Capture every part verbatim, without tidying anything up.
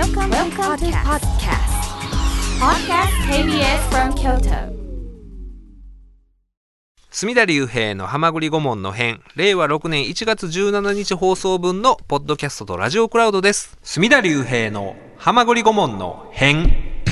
Welcome, Welcome to podcast. Podcast ケービーエス from Kyoto. 隅田隆平のはまぐり顧問の編、れいわろくねんいちがつじゅうしちにち放送分のポッドキャストとラジオクラウドです。隅田隆平のはまぐり顧問の編。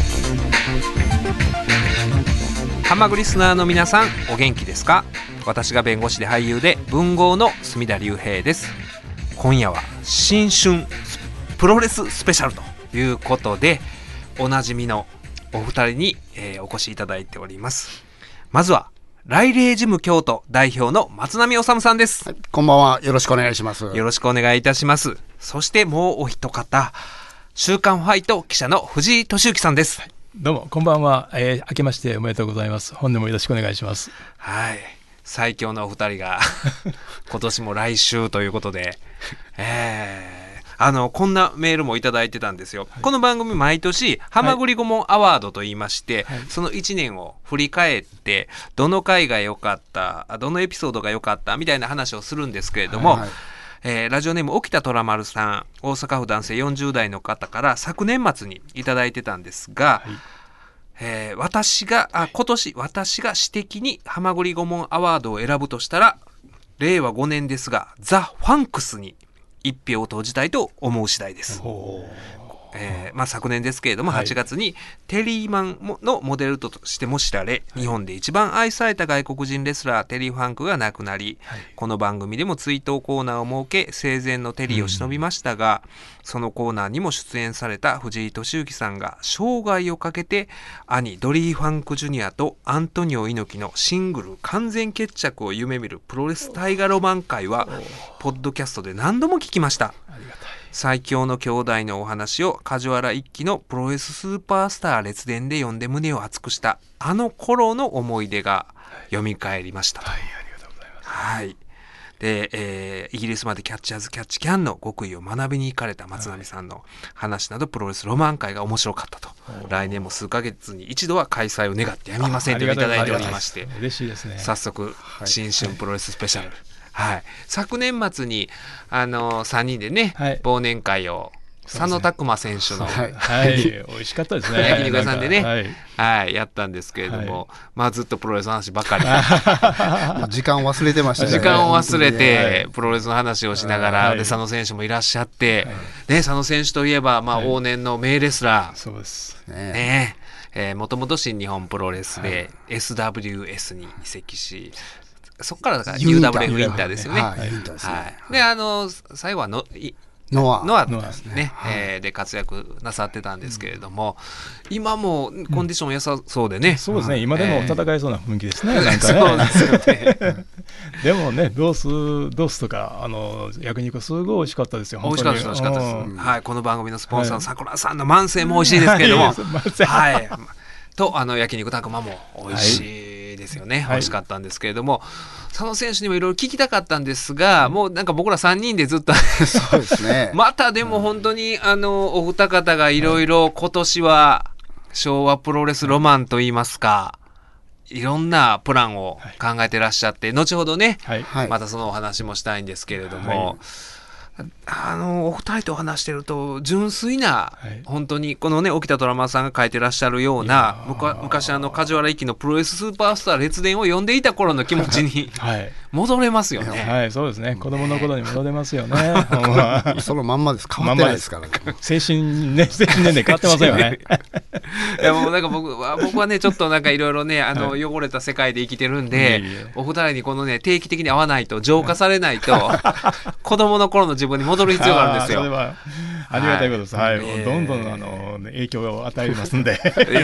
はまぐりスナーの皆さん、お元気ですか？私が弁護士で俳優で文豪の隅田隆平です。今夜は新春プロレススペシャルということで、おなじみのお二人に、えー、お越しいただいております。まずはライレージム京都代表の松並修さんです、 はい、こんばんは。よろしくお願いします。 よろしくお願いいたします。そしてもうお一方、週刊ファイト記者の藤井敏之さんです、はい、 どうもこんばんは、えー、明けましておめでとうございます。本年もよろしくお願いします。 はい、最強のお二人が今年も来週ということで、えーあのこんなメールもいただいてたんですよ、はい、この番組毎年はまぐり顧問アワードと言いまして、はい、そのいちねんを振り返ってどの回が良かった、どのエピソードが良かったみたいな話をするんですけれども、はいはい、えー、ラジオネーム沖田虎丸さん、大阪府男性よんじゅうだいの方から昨年末にいただいてたんですが、はい、えー、私があ今年私が私的にはまぐり顧問アワードを選ぶとしたられいわごねんですがザ・ファンクスに一票を投じたいと思う次第です。えーまあ、昨年ですけれどもはちがつにテリーマンのモデルとしても知られ、はい、日本で一番愛された外国人レスラーテリー・ファンクが亡くなり、はい、この番組でも追悼コーナーを設け生前のテリーを偲びましたが、うん、そのコーナーにも出演された藤井敏之さんが生涯をかけて兄ドリー・ファンクジュニアとアントニオ猪木のシングル完全決着を夢見るプロレス大河ロマン会はポッドキャストで何度も聞きました。ありがたい。最強の兄弟のお話を梶原一騎のプロレススーパースター列伝で読んで胸を熱くしたあの頃の思い出が蘇りましたと。はい、はい、ありがとうございます。はい。で、えー、イギリスまでキャッチアズキャッチキャンの極意を学びに行かれた松並さんの話など、プロレスロマン会が面白かったと、来年も数ヶ月に一度は開催を願ってやみませんといただいておりまして、 嬉しいですね。 早速、はい、新春プロレススペシャル、はいはい、昨年末にあのさんにんでね、はい、忘年会を佐野拓磨選手の、 はいはい、美味しかったですね。 焼肉屋さんでね、はいはい、やったんですけれども、はい、まあずっとプロレスの話ばかり時間忘れてましたね。 時間を忘れてプロレスの話をしながら、はい、で佐野選手もいらっしゃって、はい、で佐野選手といえば、まあ、往年の名レスラー、 そうですね、ねえー、もともと新日本プロレスで エスダブリューエス に移籍し、そこからだから ユーダブリュー ウィンターですよね。はい。で、あの最後はのノアノアですね、はい、えー、で活躍なさってたんですけれども、うん、今もコンディション良さそうでね、うん、 そうですね、今でも戦えそうな雰囲気ですね、えー、なんかねそうですよねでもね、ロースロースとかあの焼肉すごい美味しかったですよ。 美味しかったです、美味しかったです、うん、はい。この番組のスポンサーの桜さんの慢性も美味しいですけれども、はい、とあの焼肉たくまも美味しいですよね、はい、美味しかったんですけれども、佐野選手にもいろいろ聞きたかったんですが、もうなんか僕らさんにんでずっとそうですねまたでも本当にあのお二方がいろいろ今年は昭和プロレスロマンといいますか、いろんなプランを考えてらっしゃって、後ほどね、はい、またそのお話もしたいんですけれども、はい、あのお二人と話してると純粋な、はい、本当にこのね沖田虎丸さんが書いてらっしゃるような昔あの梶原一騎のプロレススーパースター列伝を読んでいた頃の気持ちに、はい、戻れますよね。 はい、そうですね、子供の頃に戻れますよねそのまんまです。変わってないですからね精神ね、精神年齢変わってますよねいやもうなんか僕は僕はねちょっとなんかいろいろねあの、はい、汚れた世界で生きてるんで、いいお二人にこのね定期的に会わないと浄化されないと子供の頃の自分に戻る必要があるんですよ。 それはありがたいことです。はい、はい、どんどんあの影響を与えますんで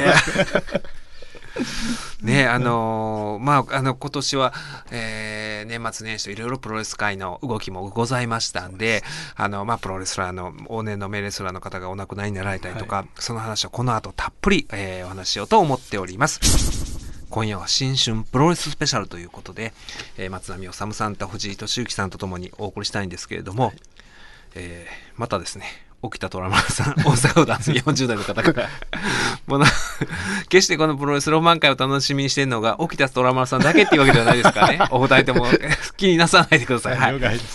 ね、あのー、まああの今年は、えー、年末年始といろいろプロレス界の動きもございましたんで、あのまあプロレスラーの往年の名レスラーの方がお亡くなりになられたりとか、はい、その話をこの後たっぷり、えー、お話ししようと思っております。今夜は新春プロレススペシャルということで、えー、松並修さんと藤井敏之さんとともにお送りしたいんですけれども、はい、えー、またですね沖田虎丸さん、大阪府男性よんじゅうだいの方からもう決してこのプロレスロマン会を楽しみにしてるのが沖田虎丸さんだけっていうわけではないですからねお二人とも気になさないでください、はい、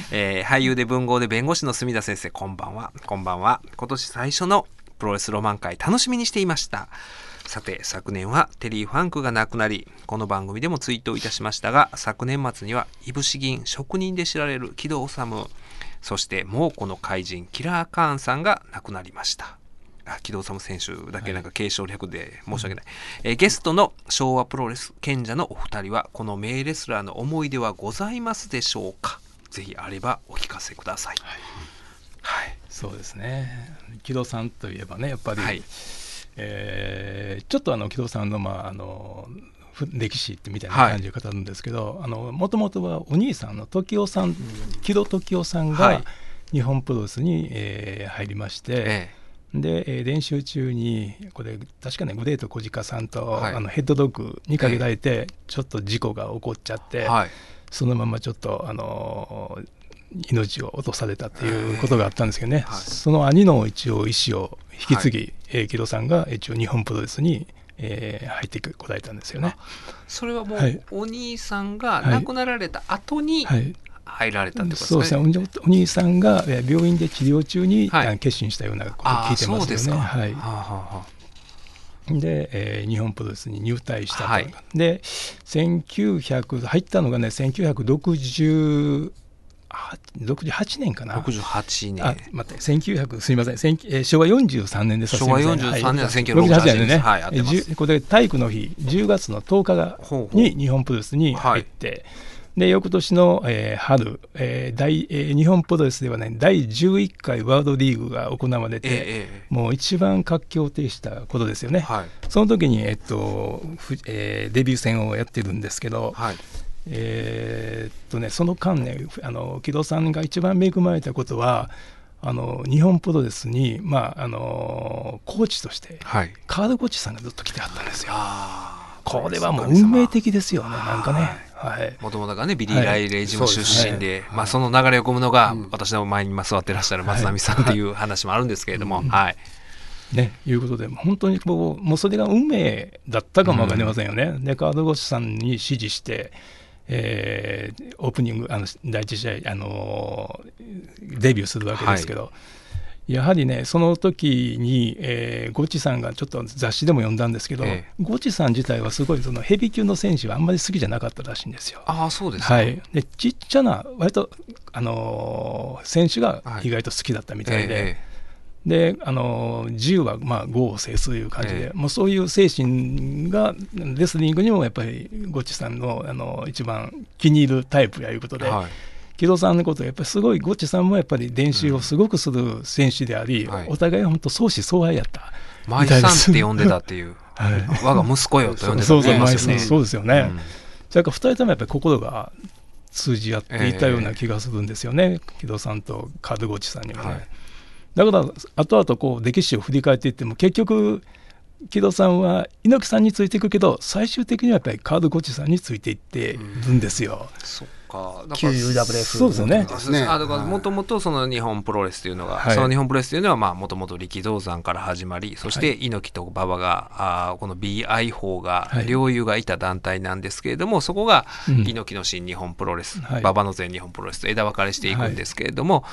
えー俳優で文豪で弁護士の住田先生、こんばんは。こんばんは。今年最初のプロレスロマン会楽しみにしていました。さて、昨年はテリー・ファンクが亡くなり、この番組でもツイートをいたしましたが、昨年末にはいぶし銀職人で知られる木戸治、そして猛虎の怪人キラー・カーンさんが亡くなりました。あ、木戸治選手だけなんか継承略で申し訳ない、はい。えー、ゲストの昭和プロレス賢者のお二人は、この名レスラーの思い出はございますでしょうか。ぜひあればお聞かせください。はい。 はい、そうですね。木戸さんといえばね、やっぱり、はい、えー、ちょっとあの木戸さんの、まあ、あの歴史ってみたいな感じで語るんですけど、もともとはお兄さんの時雄さん、木戸時雄さんが日本プロレスに、えー、入りまして、ええ、で、えー、練習中にこれ確かねグレート小鹿さんと、はい、あのヘッドドッグにかけられて、ええ、ちょっと事故が起こっちゃって、はい、そのままちょっとあの命を落とされたっていうことがあったんですけどね、はい、その兄の一応意思を引き継ぎ、はい、えー、木戸さんが一応日本プロレスに、えー、入ってこられたんですよね。 それはもう、はい、お兄さんが亡くなられた後に入られたってことですかね。 そうですね。お兄さんが病院で治療中に、はい、決心したようなことを聞いてますよね。 そうですか。 はい。 はあはあ、で、えー、日本プロレスに入隊したと、はい、でせんきゅうひゃく入ったのがねせんきゅうひゃくろくじゅうろくじゅうはちねんかな。 ろくじゅうはちねん。 あ、待って、せんきゅうひゃくすみません、えー、昭和よんじゅうさんねんです。 昭和よんじゅうさんねんはせんきゅうひゃくろくじゅうはちねんです。はい、合ってます。 これ体育の日じゅうがつのとおかがに日本プロレスに入って、はい、で翌年の、えー、春、えー大えー、日本プロレスではねだいじゅういっかいワールドリーグが行われて、えー、もう一番活況を呈したことですよね。はい、その時に、えっとえー、デビュー戦をやってるんですけど、はい、えーっとね、その間ね、あの木戸さんが一番恵まれたことはあの日本プロレスに、まあ、あのコーチとして、はい、カール・ゴッチさんがずっと来てあったんですよ。これはもう運命的ですよね。なんかね、 もともとがねビリー・ライレイジム出身で、はい、まあ、その流れを組むのが、うん、私の前に今座ってらっしゃる松並さんっていう話もあるんですけれども、はい、はいね、いうことで本当にもう、もうそれが運命だったかもわかりませんよね。うん、でカール・ゴッチさんに指示してえー、オープニングあの第一試合、あのー、デビューするわけですけど、はい、やはりねその時に、えー、ゴッチさんがちょっと雑誌でも読んだんですけど、えー、ゴッチさん自体はすごいそのヘビー級の選手はあんまり好きじゃなかったらしいんですよ。 ああ、そうですか。 はい、でちっちゃな割と、あのー、選手が意外と好きだったみたいで、はい、えーであの自由はまあ業を制すという感じで、ええ、もうそういう精神がレスリングにもやっぱりゴッチさん の, あの一番気に入るタイプやいうことで、はい、木戸さんのことはやっぱりすごいゴッチさんもやっぱり練習をすごくする選手であり、うん、はい、お互い本当相思相愛やった舞さんって呼んでたっていう、はい、我が息子よと呼んでたって言いますよね。 そうですよね、うん、それからふたりともやっぱり心が通じ合っていたような気がするんですよね、えー、木戸さんとカール・ゴッチさんにはね、はい、だから後々こう歴史を振り返っていっても結局木戸さんは猪木さんについていくけど最終的にはやっぱりカール・ゴッチさんについていってるんですよ。 うん、そっか。 旧 ユーダブリューエフそうですよね。 あ、だからもともとその日本プロレスというのが、はい、その日本プロレスというのはまあもともと力道山から始まり、そして猪木と馬場が、あこの ビーアイ 法が両雄がいた団体なんですけれども、はい、そこが猪木の新日本プロレス、馬場の全日本プロレスと枝分かれしていくんですけれども、はい、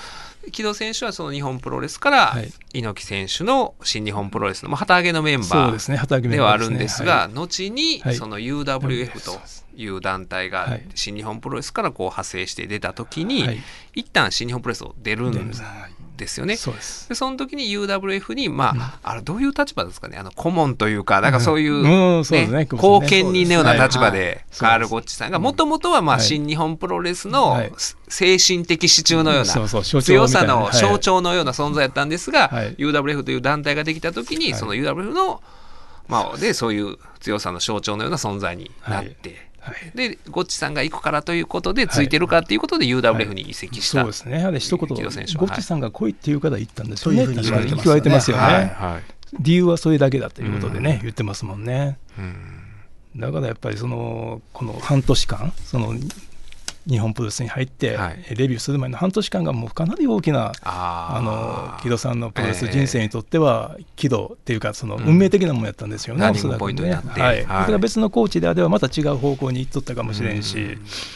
木戸選手はその日本プロレスから猪木選手の新日本プロレスの、まあ、旗揚げのメンバーではあるんですが、後にその ユーダブリューエフ という団体が新日本プロレスからこう派生して出た時に、はい、一旦新日本プロレスを出るんですよね。 そうです。 でその時に ユーダブリューエフ に、まあ、うん、あれどういう立場ですかね、あの顧問というか、なんかそういう、 うんうんそうですね、 後見人のような立場でカール・ゴッチさんがもともとはまあ新日本プロレスの精神的支柱のような強さの象徴のような存在だったんですが、はい、ユーダブリューエフ という団体ができた時に、はい、その ユーダブリューエフ の、まあ、でそういう強さの象徴のような存在になって、はいはい、でゴッチさんが行くからということでついてるかということで ユーダブリューエフ に移籍した、 はいはい、そうですね。あれ一言ゴッチさんが来いっていうから言ったんですよね。 というふうに言われてますよね。はいはい、理由はそれだけだということでね、うん、言ってますもんね。うん、だからやっぱりそのこの半年間その日本プロレスに入って、はい、デビューする前の半年間がもうかなり大きな あ, あの木戸さんのプロレス人生にとっては岐路っていうかその運命的なものやったんですよね。 ターニングポイントになって、 はいはい、それが別のコーチであればまた違う方向に行っとったかもしれんし、うん、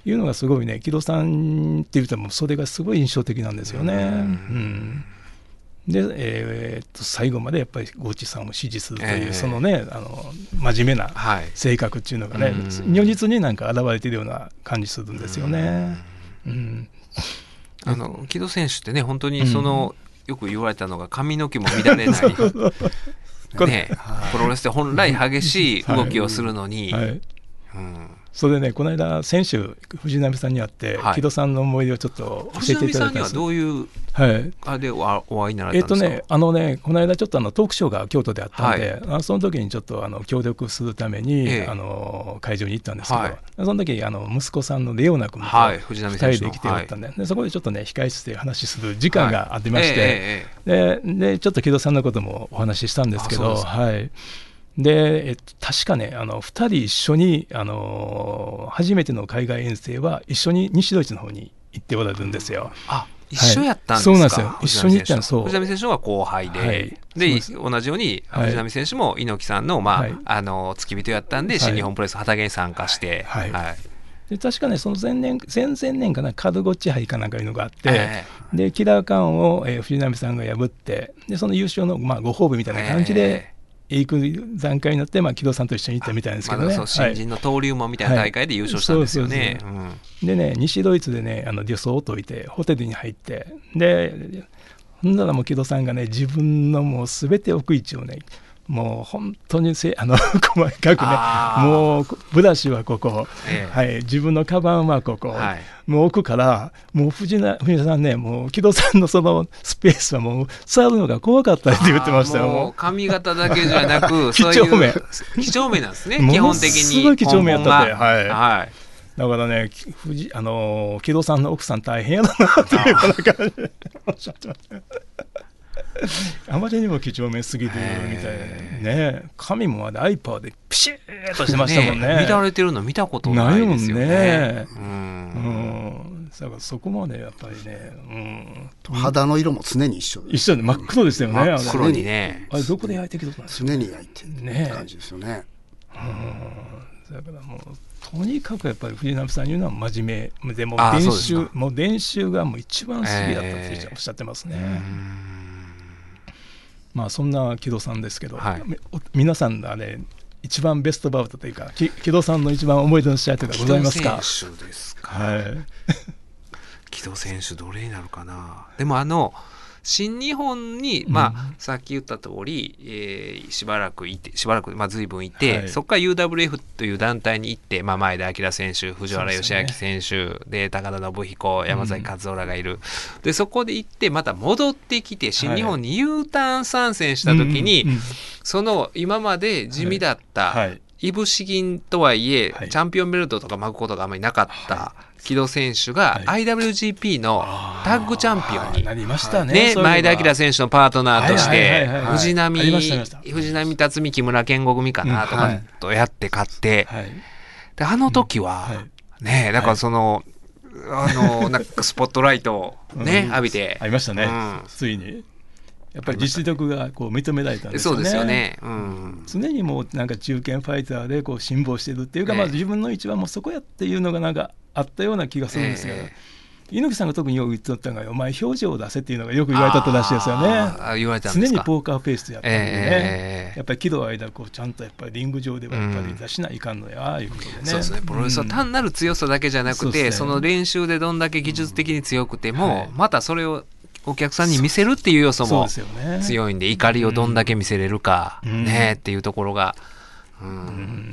いうのがすごいね、木戸さんって言ったらもうそれがすごい印象的なんですよね。うんうんで、えー、っと最後までやっぱりゴーチさんを支持するという、えー、そのねあの真面目な性格っていうのがね、はい、如実になんか現れているような感じするんですよね。うん、うん、 あの木戸選手ってね本当にその、うん、よく言われたのが髪の毛も乱れないね、プロレスで本来激しい動きをするのに、はいはいうん、それでねこの間先週藤波さんに会って、はい、木戸さんの思い出をちょっと教えていただいたんです。藤波さんにはどういう、はい、あれで お, お会いになられたんですか。えーとね、あのねこの間ちょっとあのトークショーが京都であったんで、はい、あその時にちょっとあの協力するために、えー、あの会場に行ったんですけど、はい、その時あの息子さんのレオナ君とふたりで来ておったん で,、はい、でそこでちょっとね控え室で話する時間がありまして、はいえーえー、で, でちょっと木戸さんのこともお話ししたんですけど、はいでえっと、確かねあのふたり一緒に、あのー、初めての海外遠征は一緒に西ドイツの方に行っておられるんですよ。 あ一緒やったんですか。 はい、そうなんですよ一緒に行ったんです。 藤波選手が後輩で、はい、で同じように藤波選手も猪木さんの、まあはい、あの付き人やったんで、はい、新日本プロレス旗揚に参加して、はいはいはいで確かねその前年前々年かなカルゴッチ杯かなんかいうのがあって、えー、でキラーカンを、えー、藤波さんが破ってでその優勝の、まあ、ご褒美みたいな感じで、えー行く段階になって、まあ、木戸さんと一緒に行ったみたいですけどね、まあ、そう新人の登竜門みたいな大会で優勝したんですよね。でね西ドイツでねあの旅装を解いてホテルに入ってでほんならもう木戸さんがね自分のもう全て奥位置をねもう本当にせあの細かくねもうブラシはここ、ええはい、自分のカバンはここ、はい、もう置くからもう藤波さんねもう木戸さんのそのスペースはもう触るのが怖かったって言ってましたよ。 もう髪型だけじゃなく几帳面几帳面なんですね基本的にすごい几帳面やったって、はいはいだからね藤あの木戸さんの奥さん大変やだなっていうような感じでおっしゃってましたあまりにも几帳面すぎるみたいなね髪もまだアイパーでピシッとしてましたもん ね, ね乱れてるの見たことないですよね。 ないもんねうん、うん、だからそこまでやっぱりね、 うん、肌の色も常に一緒一緒で真っ黒ですよね。真っ黒にねあれどこで焼いてきたんですか。 常に焼いてるって感じですよね。 うんだからもうとにかくやっぱり藤波さんいうのは真面目でも練習もう練習がもう一番好きだったっておっしゃってますね。えーまあ、そんな木戸さんですけど、はい、皆さんがね一番ベストバウトというか木戸さんの一番思い出の試合とかございますか。 木戸選手ですか、 はい、 木戸選手どれになるかな。でもあの新日本に、まあうん、さっき言った通り、えー、しばらくいてしばらく、まあ、随分いて、はい、そこから ユーダブリューエフ という団体に行って、まあ、前田明選手藤原義明選手 で,、ね、で高田信彦山崎和夫らがいる、うん、でそこで行ってまた戻ってきて新日本に U ターン参戦した時に、はい、その今まで地味だった、はいはいいぶし銀とはいえ、はい、チャンピオンベルトとか巻くことがあんまりなかった、はい木戸選手が アイダブリュージーピー のタッグチャンピオンになりましたね。 前田明選手のパートナーとして藤波藤波辰巳木村健吾組かなとかとやって勝って、はい、であの時は、はい、ねだからその、はい、あのなんかスポットライトをね、うん、浴びてありましたね、うん、ついにやっぱり実力がこう認められたんですよね。 そうですよね、うん、 常にもうなんか中堅ファイターでこう辛抱してるっていうか、えーまあ、自分の位置はもうそこやっていうのがなんかあったような気がするんですが、えー、猪木さんが特によく言ってたのがお前表情を出せっていうのがよく言われたらしいですよね。 あ言われたんですか。 常にポーカーフェイスでやったんでね、えー、やっぱり喜怒哀楽をちゃんとやっぱりリング上ではやっぱり出しないかんのや、うん、いうことでね。 そうですね。プロレスは単なる強さだけじゃなくて、うん、その練習でどんだけ技術的に強くても、うんはい、またそれをお客さんに見せるっていう要素も強いんで、怒りをどんだけ見せれるか、うん、ねっていうところが、うんうん、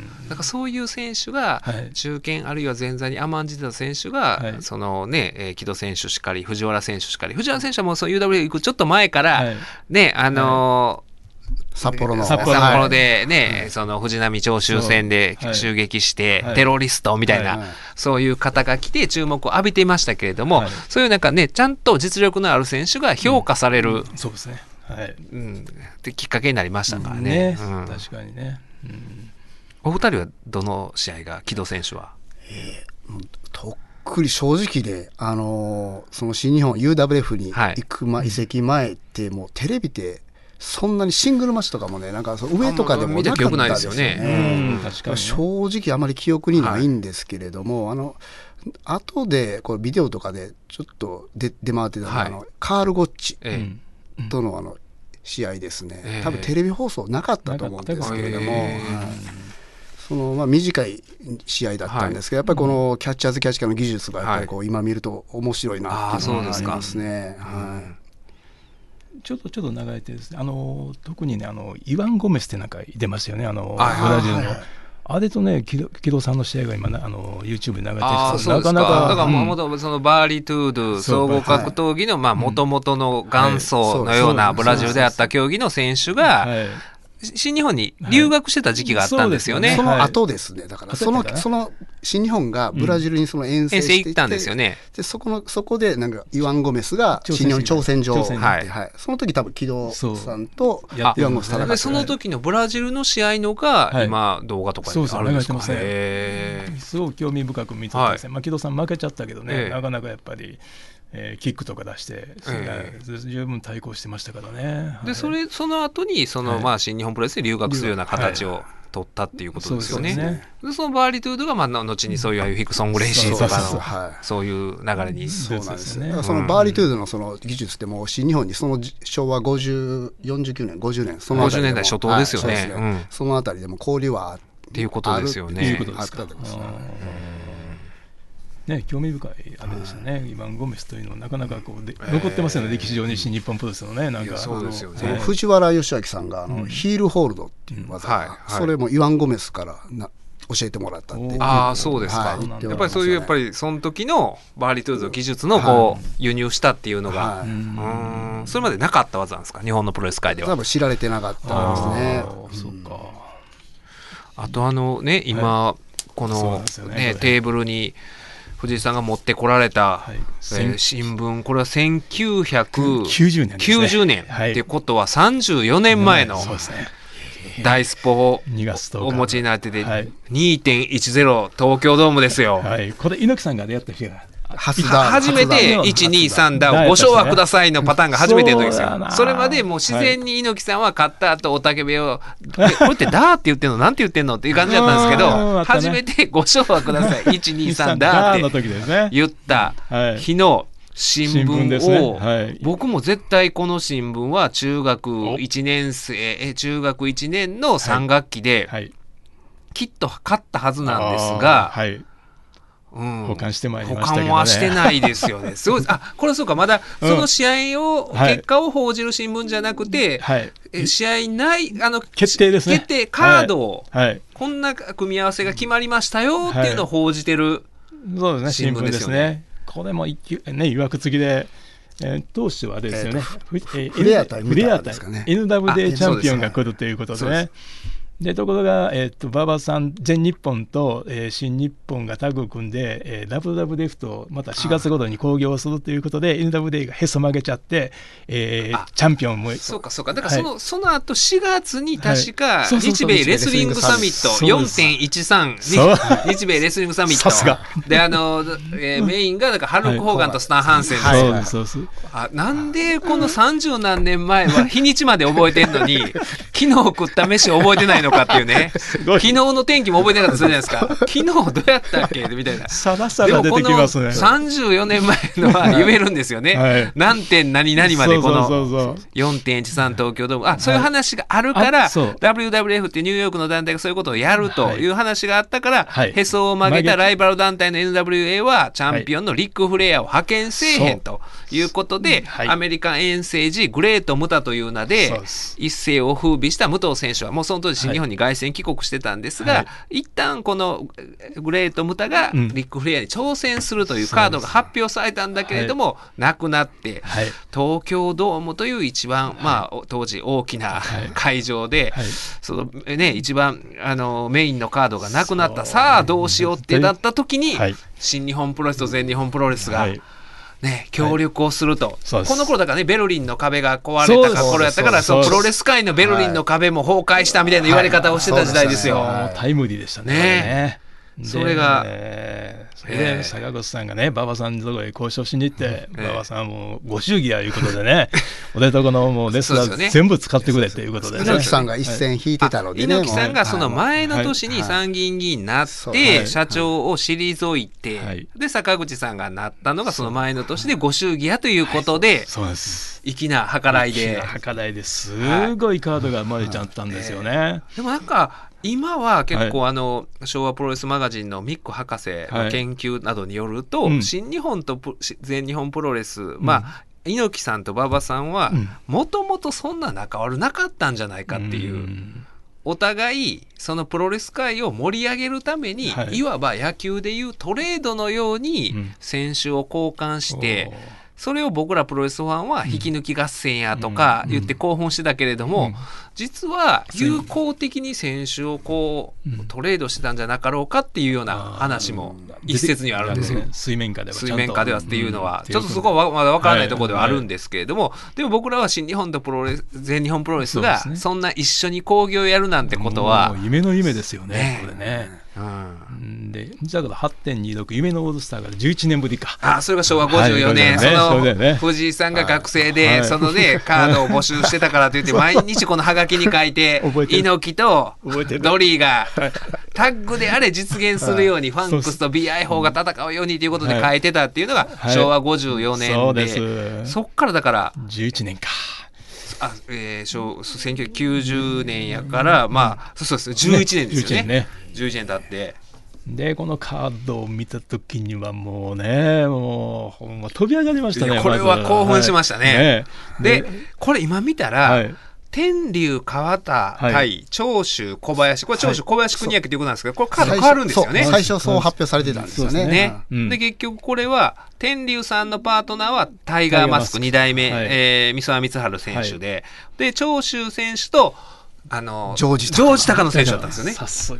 だからそういう選手が中堅あるいは前座に甘んじてた選手が、はい、そのね、えー、木戸選手しかり藤原選手しかり藤原選手はもうその ユーダブリュー 行くちょっと前から、はい、ねあのーはい札幌の札幌でね、はい、その藤波長州戦で襲撃して、はい、テロリストみたいな、はいはい、そういう方が来て注目を浴びていましたけれども、はい、そういうなんかねちゃんと実力のある選手が評価される、うん、 そうですね、はいうん、ってきっかけになりましたからね、 うんねうん、確かにね、うん、 お二人はどの試合が木戸選手は、 えー、とっくり正直で、あのー、その新日本 ユーダブリューエフ に行く、ま、移籍前ってもうテレビでそんなにシングルマッチとかもね、なんかそう上とかでもなかったですよね。 うん確かにね、 正直あまり記憶にないんですけれども、はい、あの後でこうビデオとかでちょっと出出回ってたのが、はい、あのカール・ゴッチとのあの試合ですね、えー、多分テレビ放送なかったと思うんですけれども、えーはい、そのまあ短い試合だったんですけど、はい、やっぱりこのキャッチャーズキャッチャーの技術がやっぱりこう今見ると面白いなっていうのがありますね。 ちょっとちょっと流れてですね、あの特にねあのイワン・ゴメスってなんか出ますよね、あのブラジルの。あれとね、木戸さんの試合が今あの YouTube で流れてるんですけど、なかなかだからもともとそのバーリトゥード総合格闘技のまあ元々の元祖のようなブラジルであった競技の選手が新日本に留学してた時期があったんですよね。 はい、その後ですね。だからそのその新日本がブラジルにその遠征していて、 うん、遠征行ったんですよね。 でそこのそこでなんかイワン・ゴメスが新日本挑戦状、はいはい、その時多分木戸さんとイワン・ゴメス戦って、 その時のブラジルの試合のが今動画とかにあるんですか。 そうそう、へー、すごく興味深く見ててですね。はい、まあ木戸さん負けちゃったけどね、なかなかやっぱり。えー、キックとか出してそれが十分対抗してましたからね。 でそれその後にその、はい、まあ新日本プロレスで留学するような形を取ったっていうことですよね。はい、 そうですね。でそのバーリトゥードがまあ後にそういうヒクソン・グレイシーとかのそういう流れに。 そうなんですね。そのバーリトゥードのその技術ってもう新日本にその昭和ごじゅう、よんじゅうきゅうねん、ごじゅうねんそのあたりでもごじゅうねんだい初頭ですよね。はい、そ, ねうん、そのあたりでも交流はあっていうことですよね。 っていうことですか。ね、興味深いあれですよね、イワン・ゴメスというのはなかなかこうで、えー、残ってますよね、歴史上に新日本プロレスのね、なんかそうですよね。 藤原義明さんがあの、うん、ヒールホールドっていう技、うんはいはい、それもイワン・ゴメスからな教えてもらったっていう。 ああそうですか、はい、やっぱりそういうやっぱりその時のバーリトゥード技術のこう、はい、輸入したっていうのが、はい、うんそれまでなかった技なんですか、日本のプロレス界では。 多分知られてなかったんですね。 あ、そうか。あとあのね今、はい、この、ねね、テーブルに藤井さんが持ってこられた、はい、えー、新聞、これはせんきゅうひゃくきゅうじゅうねんですね。きゅうじゅうねんってことはさんじゅうよねんまえの大スポをお持ちになってて、はい、にてんいちゼロ 東京ドームですよ。 はい、これ猪木さんが出会った日が初めていちにさんダウンご勝はくださいのパターンが初めての時ですよ。 そ, それまでもう自然に猪木さんは勝った後おたけびを、はい、これってダーって言ってんのなんて言ってんのっていう感じだったんですけど、初めてご勝はくださいいちにさんダーって言った日の新聞を、はい、僕も絶対この新聞は中学いちねん生え中学いちねんのさん学期できっと勝ったはずなんですが、はいはい、 うん、保管してまいりましたけどね。 保管はしてないですよね。すごい。あ、これはそうか、まだその試合を、うん、結果を報じる新聞じゃなくて、はい、え試合ないあの決定ですね。 決定カードを、はいはい、こんな組み合わせが決まりましたよっていうのを報じてる新聞ですよね。はい、ねこれも一ねいわくつきで。えー、当初はあれですよね。 えー、フレア対ムタですかね。 エヌダブリュー でチャンピオンが来るということでね。でところが、えー、と馬場さん全日本と、えー、新日本がタッグを組んで、えー、ダブリューダブリューエフ とまたしがつ頃に興行するということで エヌダブリューエー がへそ曲げちゃって、えー、チャンピオンもそうかそうかだからその、はい、その後しがつに確か日米レスリングサミット よんてんいちさん 日米レスリングサミットであの、えー、メインがなんかハルク・ホーガンとスタン・ハンセンです、はいはい、そうそうあなんでこのさんじゅう何年前は日にちまで覚えてんのに昨日食った飯覚えてないのかっていうね昨日の天気も覚えてなかったりするじゃないですか。昨日どうやったっけみたいな。 さらさら出てきますね。でもこのさんじゅうよねんまえのは言えるんですよね。はい、何点何々までこの よんてんいちさん 東京ドームあそういう話があるから、はい、ダブリューダブリューエフ ってニューヨークの団体がそういうことをやるという話があったから、はい、へそを曲げたライバル団体の エヌダブリューエー はチャンピオンのリック・フレアを派遣せえへんということで、はい、アメリカン遠征時グレート・ムタという名で一世を風靡した武藤選手はもうその当時新日本に凱旋帰国してたんですが、はい、一旦このグレート・ムタがリック・フレアに挑戦するというカードが発表されたんだけれども、はい、なくなって、はい、東京ドームという一番、はい、まあ、当時大きな会場で、はい、そのね、一番あのメインのカードがなくなったさあどうしようってなった時に、はい、新日本プロレスと全日本プロレスが、はいね、協力をすると、はい、この頃だからねベルリンの壁が壊れた頃やったからそうプロレス界のベルリンの壁も崩壊したみたいな言われ方をしてた時代ですよ、 はい、タイムリーでした ね, ねそれが、 ね、それで坂口さんがね馬場さんのところへ交渉しに行って、馬場さんもご祝儀やいうことでね俺とこのもうレスラー全部使ってくれということでね、 猪木さんが一線引いてたのでね、 猪木さんがその前の年に参議院議員になって社長を退いて、はい、で坂口さんがなったのがその前の年でご祝儀やということで、はい、 そうです粋な計らいで計らいですごいカードが生まれちゃったんですよね、はいはい、 でもなんか今は結構あの昭和プロレスマガジンのミック博士の研究などによると、はいうん、新日本と全日本プロレス、うん、まあ猪木さんと馬場さんはもともとそんな仲悪なかったんじゃないかっていう、うん、お互いそのプロレス界を盛り上げるために、はい、いわば野球でいうトレードのように選手を交換して、うん、それを僕らプロレスファンは引き抜き合戦やとか言って興奮してたけれども、うん、実は友好的に選手をこうトレードしてたんじゃなかろうかっていうような話も一説にはあるんですよ。 水面下では水面下ではっていうのはちょっとそこはまだ分からないところではあるんですけれども、でも僕らは新日本とプロレス全日本プロレスがそんな一緒に興行をやるなんてことは夢の夢ですよね、これね。うん、でだから はちてんにろく 夢のオールスターからじゅういちねんぶりか。 あそれがしょうわごじゅうよねん、はい、その、ね、藤井さんが学生で、はい、そのねカードを募集してたからといって毎日このハガキに書いて猪木とドリーがタッグであれ実現するようにファンクスと ビーアイ 砲が戦うようにということで書いてたっていうのがしょうわごじゅうよねんで、はいはい、そうです。そっからだからじゅういちねんか。 あえー、せんきゅうひゃくきゅうじゅうねんやからまあそうそうですじゅういちねんですよね。ねじゅういちねん経ってでこのカードを見たときにはもうねもうほんま飛び上がりましたね。 これは興奮しましたね、はい、ねでこれ今見たら、はい、天竜川田対、はい、長州小林これ長州小林邦明ということなんですけど、これカード変わるんですよね。 最初そう発表されてたんですよね。 ね、うん、で結局これは天竜さんのパートナーはタイガーマスクに代目、はい、えー、三沢光晴選手で、はい、で長州選手とあのジョージ高野選手だったんですよね。さすが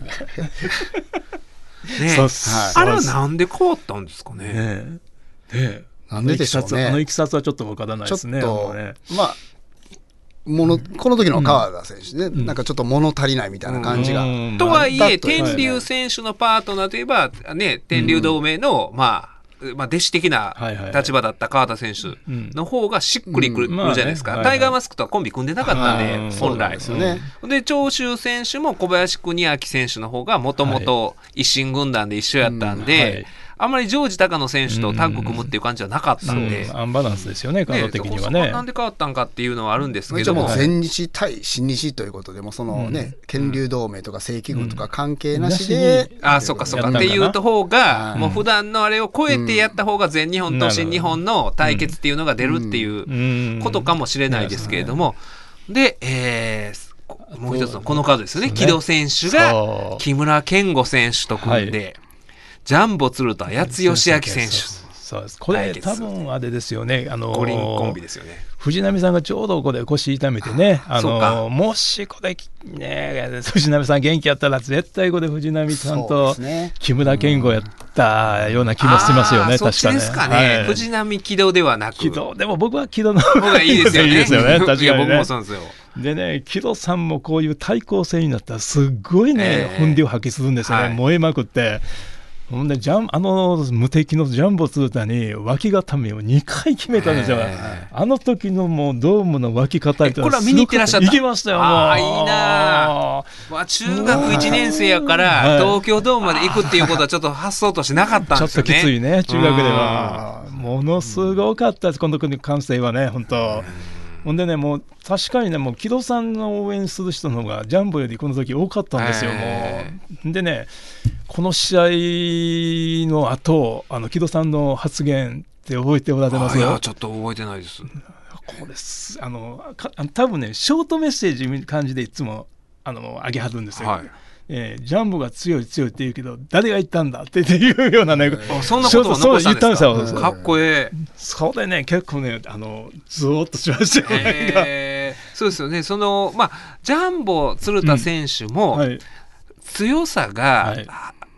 ね、はい、あれはなんで変わったんですかね。ねねなんででしょうね。 あのいきさつはちょっとわからないですね。 ちょっとねまあものこの時の川田選手ね、うん、なんかちょっと物足りないみたいな感じが、うん、 とはいえ天竜選手のパートナーといえばね天竜同盟の、うん、まあまあ、弟子的な立場だった川田選手の方がしっくりくるじゃないですか。タイガーマスクとはコンビ組んでなかったんで本来で長州選手も小林邦明選手の方がもともと一心軍団で一緒やったんであんまりジョージ高野選手とタッグ組むっていう感じはなかったんで、 アンバランスですよね、カード的にはね。 なんで変わったんかっていうのはあるんですけども、 全日対新日ということでもそのね、県竜同盟とか正規軍とか関係なしで、 あそっかそっかっていう方がもう普段のあれを超えてやった方が全日本と新日本の対決っていうのが出るっていうことかもしれないですけれども、で、えー、もう一つのこのカードですよね。木戸選手が木村健吾選手と組んで。ジャンボ鶴田八津義明選手。 そうです。これ多分あれですよね。あの五輪コンビですよね。 藤波さんがちょうどこれ腰痛めてね。あのもしこれね藤波さん元気やったら絶対これ藤波さんと木村健吾やったような気もしますよね。 確かね。そっちですかね。はい、藤波木戸ではなく。 木戸でも僕は木戸の方がいいですよね。いいですよね。 確かにね。 いや僕もそうなんですよ。 でね、木戸さんもこういう対抗戦になったらすっごいね、えー、本領発揮するんですよね。はい、燃えまくって。ほんでジャンあの無敵のジャンボ鶴田に脇固めをにかい決めたんですよ。あの時のもうドームの脇固めこれは見に行ってらっしゃった。 行きましたよ。 ああいいなあ。中学いちねん生やから東京ドームまで行くっていうことはちょっと発想としてなかったんですよね。 ちょっときついね中学では。ものすごかったですこの時の歓声はね本当。ほんでねもう確かにねもう木戸さんの応援する人の方がジャンボよりこの時多かったんですよ。もうでねこの試合の後あの木戸さんの発言って覚えておられます？ いやちょっと覚えてないです。 これあのか多分ねショートメッセージみたいな感じでいつもあの上げはるんですよ。はいえー、ジャンボが強い強いって言うけど誰が言ったんだっていうようなね、 あそんなことを残したんですか。 ですかっこええ。 それね結構ねあのゾーッとしましたよ、 えー、そうですよね。そのまあジャンボ鶴田選手も、うんはい、強さが、はい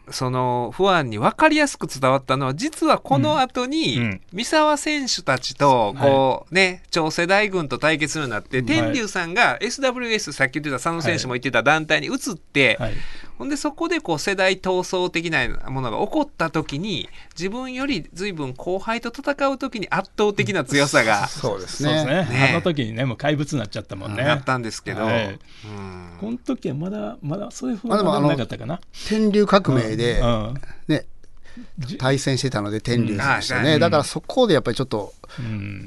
そのファンに分かりやすく伝わったのは実はこの後に、うん、三沢選手たちとこう、ね、超世代軍と対決するようになって、うん、天竜さんが エスダブリューエス、さっき言ってた佐野選手も言ってた団体に移って、はいはい、ほんでそこでこう世代闘争的なものが起こった時に自分より随分後輩と戦う時に圧倒的な強さが、うん、 そうですね、 ね、あの時にねもう怪物になっちゃったもんね、 なったんですけど、はい、うん、 この時はまだまだそういうふうなのなかったかな。 天竜革命で、うんうん、ね、対戦してたので天竜選手とね、うん、だからそこでやっぱりちょっと、うん、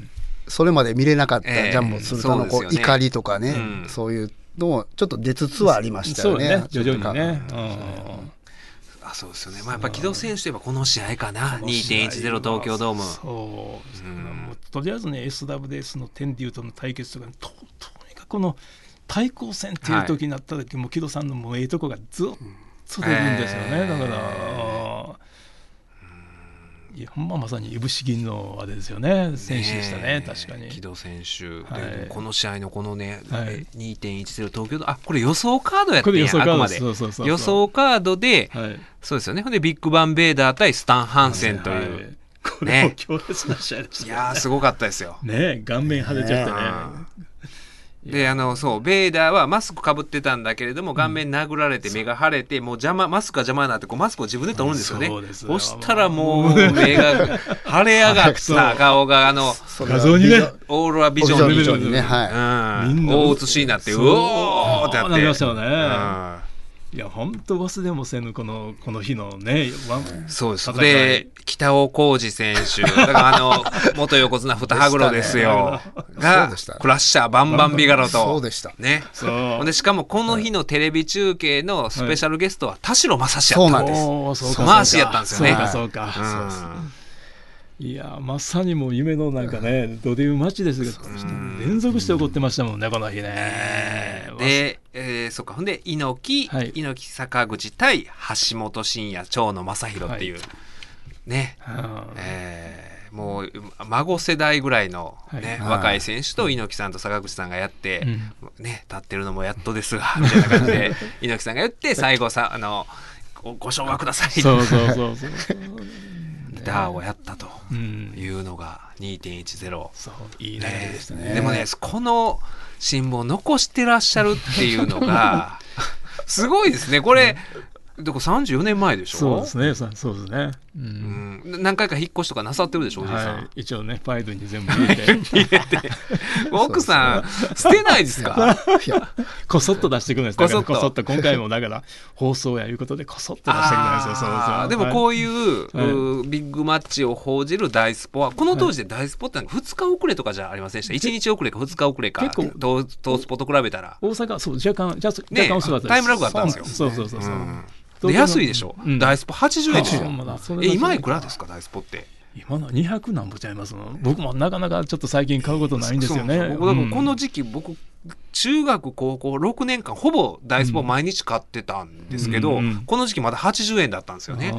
それまで見れなかったジャンボ鶴田のこう、えーね、怒りとかね、うん、そういうのもちょっと出つつはありましたよね。 そうね、徐々にね、うん、 あ、そうですよね、まあ、やっぱ木戸選手といえばこの試合かな、 にてんいちゼロ 東京ドーム。 そう、うん、もうとりあえずね エスダブリューエス の天竜との対決とか、ね、と, とにかくこの対抗戦っていう時になった時、はい、もう木戸さんのもうええとこがずっと出るんですよね、えー、だからいやほんままさにいぶし銀のあれですよね、選手でしたね、確かに木戸選手、はい、この試合のこのね、はい、にてんいちゼロ 東京ドーム、あ、これ予想カードやってんや、あくまでそうそうそうそう、 予想カードで、はい、そうですよね。ほんでビッグバンベーダー対スタン・ハンセンという、はいはい、 これも強烈な試合でしたね。 いやーすごかったですよね、顔面腫れちゃってね、 であのそうベイダーはマスクかぶってたんだけれども顔面殴られて目が腫れて、もう邪魔マスクが邪魔になってこうマスクを自分で取るんですよね。そうです、そしたらもう目が腫れ上がった顔があの画像にねオーロラビジョンに、 ョンにね、はい、 うん、大写しになってうおーってなってなりましたよね、うんいや本当忘れもせぬこのこの日のね、 そうですで北尾浩二選手だからあの元横綱二羽黒ですよがクラッシャーバンバンビガロとそうでしたね。そうでしかもこの日のテレビ中継のスペシャルゲストは田代正史やったんです。 そうマーシーやったんですよね。 そうかそうか、うんいやまさにもう夢のなんかねドデューマッチですが連続して起こってましたもんねこの日ね。 で、えー、そっかほんで猪木、はい、猪木坂口対橋本真也長野正弘っていう、はい、ね、えー、もう孫世代ぐらいの、ねはい、若い選手と猪木さんと坂口さんがやって、うん、ね立ってるのもやっとですがみたいな感じで猪木さんが言って最後さあの ご, ご唱和くださいそうそうそうそうギターをやったというのが にてんいちゼロ、 そういい流れでしたね。 でもねこの新聞を残してらっしゃるっていうのがすごいですねこれ。どこさんじゅうよねんまえでしょ。 そうですね、そうですね、 うんうん、何回か引っ越しとかなさってるでしょおじいさん、 はい、一応ねファイルに全部入れて入れて奥さん捨てないですかいやこそっと出してくるんです。だからこそっと今回もだから放送やいうことでこそっと出してくるんですよ。そうそうでもこういう、はい、ビッグマッチを報じる大スポはこの当時で大スポってなんかふつか遅れとかじゃありませんでした。いちにち遅れかふつか遅れか結構東スポと比べたら大阪そう若干若干、 ね、 遅かったです。 タイムラグあったんですよ。 そうそうそうそう、うんで安いでしょ、うん、大スポはちじゅうえんでしょ、 うん、 え今いくらですか大スポって。 今のにひゃくなんぼちゃいますの。僕もなかなかちょっと最近買うことないんですよね。 そうそう僕だからこの時期、うん、僕中学高校ろくねんかんほぼ大スポ毎日買ってたんですけど、うんうん、この時期まだはちじゅうえんだったんですよね。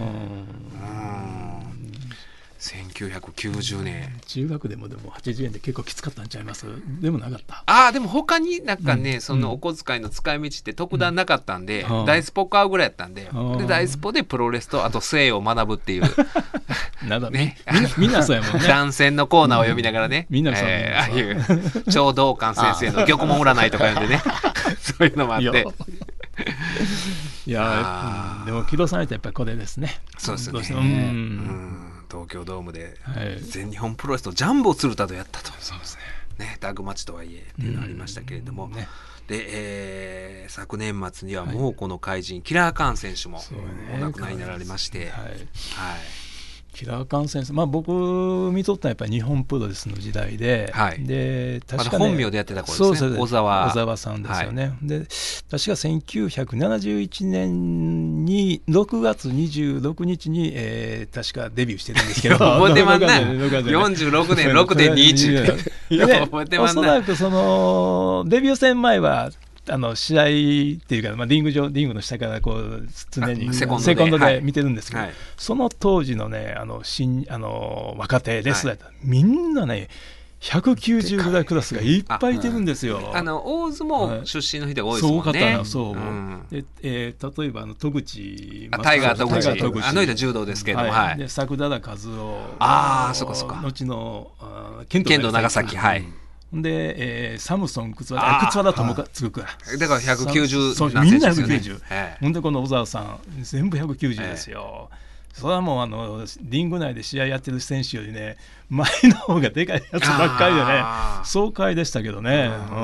せんきゅうひゃくきゅうじゅうねん中学でもでもはちじゅうえんで結構きつかったんちゃいます。でもなかった。 ああでも他になんかね、うん、そのお小遣いの使い道って特段なかったんで、うん、大スポ買うぐらいやったんで、で大スポでプロレスとあと性を学ぶっていうなんだねみんなそうやもんね男性のコーナーを読みながらね、 うん、みんなそう、 えー、ああいう超道館先生の玉門占いとか読んでねそういうのもあっていやでも木戸さんってやっぱりこれですね。 そうですよね、うんうん東京ドームで全日本プロレスとジャンボ鶴田とやったと、 そうですね、ねタッグマッチとはいえっていうのがありましたけれども、ね、で、えー、昨年末にはもうこの怪人、はい、キラーカーン選手もお亡くなりになられまして、はいはい、 キラーカーン選手、まあ、僕見とったのはやっぱり日本プロレスの時代で、はい、で確か、ね、 本名でやってた頃ですね。そう小沢小沢さんですよね、はい、で確かせんきゅうひゃくななじゅういちねんにろくがつにじゅうろくにちに、えー、確かデビューしてるんですけど覚えてまんなよんじゅうろくねん ろくてんにいち 覚えてまんな。 おそらくそのデビュー戦前はあの試合っていうか、まあ、リング上リングの下からこう常にセコンド で, コンドで見てるんですけど、はい、その当時のねあの新あの若手レスラー、はい、みんなねひゃくきゅうじゅうぐらいクラスがいっぱいいてるんですよ。 あの大相撲出身の人が多いですもんね。 そう、多かったな、そう、うん、で、えー、例えばあの戸口あタイガー戸口、あの人は柔道ですけども、はいはい、 で作田田和夫、 ああそうかそうか、 後の剣道長崎、はい、 で、えー、サムソン靴和靴和田智嗣か、 だからひゃくきゅうじゅうそうみんなひゃくきゅうじゅう、ほんでこの小沢さん全部ひゃくきゅうじゅうですよ。それはもうあのリング内で試合やってる選手よりね前の方がでかいやつばっかりでね爽快でしたけどね、うん、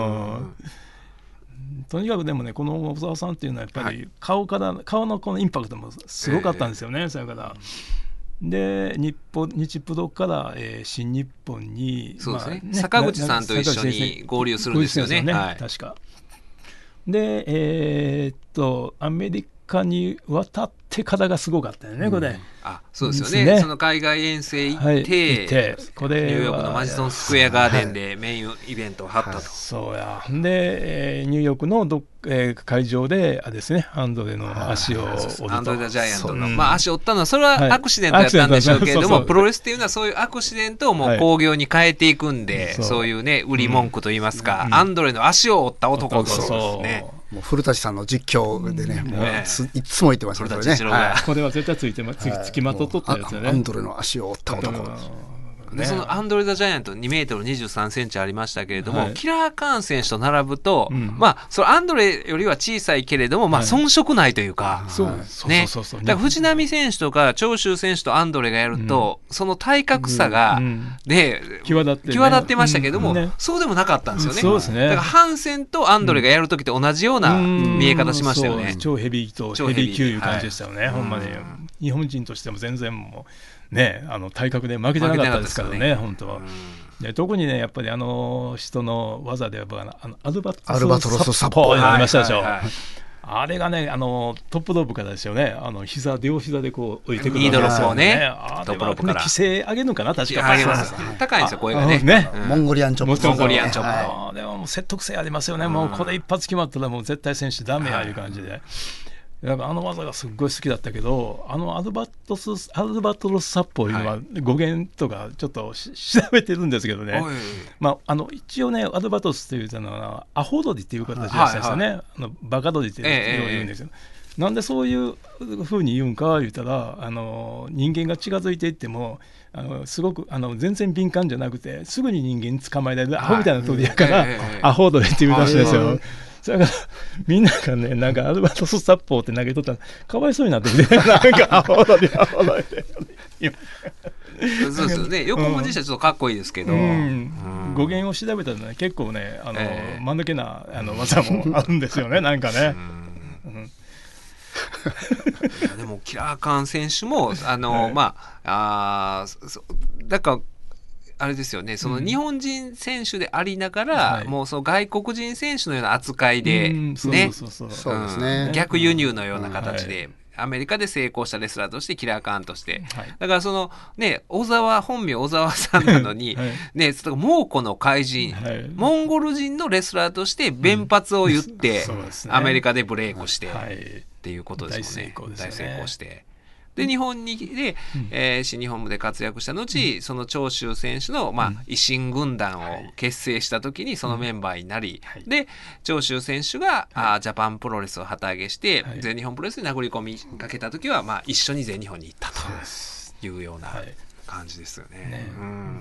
とにかくでもねこの小沢さんっていうのはやっぱり顔から、はい、顔のこのインパクトもすごかったんですよね、えー、それからで日本日プロから、えー、新日本にそうですね、まあね、坂口さんと一緒に合流するんですよね、 ね、はい、確かでえー、っとアメリカに渡ってからがすごかったよね、うん、これ。 あ、そうですよね。ね、その海外遠征行って、はい、行ってこれニューヨークのマジソンスクエアガーデンでメインイベントを張ったと。はい、 そうや。で、えー、ニューヨークのど、えー、会場であですね、アンドレの足を折ると。 アンドレ・ザ・ジャイアントの、まあ、足を折ったのはそれはアクシデントやったんでしょうけれども、はい、そうそうプロレスっていうのはそういうアクシデントをもう興行に変えていくんで、はい、そう、そういうね売り文句といいますか、うん、アンドレの足を折った男とですね。 もう古舘さんの実況でね、もういつも言ってましたね。 はい、これは絶対ついてまつきつきまとっとったやつよね。 アンドレの足を折った男。 でそのアンドレ・ザ・ジャイアントにメートルにじゅうさんセンチありましたけれども、はい、キラー・カーン選手と並ぶと、うん、まあそのアンドレよりは小さいけれども、まあ、遜色ないというか、ね、だから藤波選手とか長州選手とアンドレがやると、うん、その体格差が、うん、ね、際立ってね、際立ってましたけども、うんね、そうでもなかったんですよね。 そうですね。 だからハンセンとアンドレがやるときと同じような見え方しましたよね。 超ヘビーとヘビー級いう感じでしたよね、はい、ほんまに日本人としても全然もうね、あの体格で負けてなかったですからね、ね本当は。で特にねやっぱりあの人の技であのアルバトロスサッポーになりましたでしょ。あれがねあのトップロープからですよね、あの膝両膝でこう浮いてくるニードロスをね、 トップロープから規制上げるのかな、確か高いんですよ声がね、 ね、モンゴリアンチョップ、 モンゴリアンチョップ、 でももう説得性ありますよね、もうこれ一発決まったらもう絶対選手ダメやいう感じで。だからあの技がすっごい好きだったけど、あのアルバトスアルバトロスサッポーいうのは語源とかちょっと調べてるんですけどね、まあ、あの一応ねアルバトスというのはアホ鳥っていう形でしたですよね、はいはい、あのバカ鳥って言うんですよ、えー、なんでそういうふうに言うんか言ったら、あの人間が近づいていってもあのすごくあの全然敏感じゃなくてすぐに人間に捕まえられるアホみたいな鳥やから、はいえー、アホ鳥っていうらしいですよ、はい、それからみんながねなんかアルバトスサッポーって投げとったらかわいそうになってきてなんかアホ鳥アホ鳥ってそうですよね、横文字にしたらちょっとかっこいいですけど、うんうん、語源を調べたら、ね、結構ねあの、えー、間抜けなあの技もあるんですよねなんかね、うんうん、 いやでもキラーカーン選手もあの、はい、まああだからあれですよね、その日本人選手でありながら、うん、もうその外国人選手のような扱いでね、逆輸入のような形で、うんはい、アメリカで成功したレスラーとしてキラーカーンとして、はい、だからそのね小沢本名小沢さんなのに、はい、ね蒙古の怪人、はい、モンゴル人のレスラーとして弁髪を言って、うんね、アメリカでブレイクして、はい、っていうことですもんね。大成功ですよね。大成功してで日本にで、うんえー、新日本部で活躍した後、うん、その長州選手の、まあ、維新軍団を結成した時にそのメンバーになり、はい、で長州選手が、はい、あジャパンプロレスを旗揚げして、はい、全日本プロレスに殴り込みかけた時は、まあ、一緒に全日本に行ったというような感じですよね。ねうん、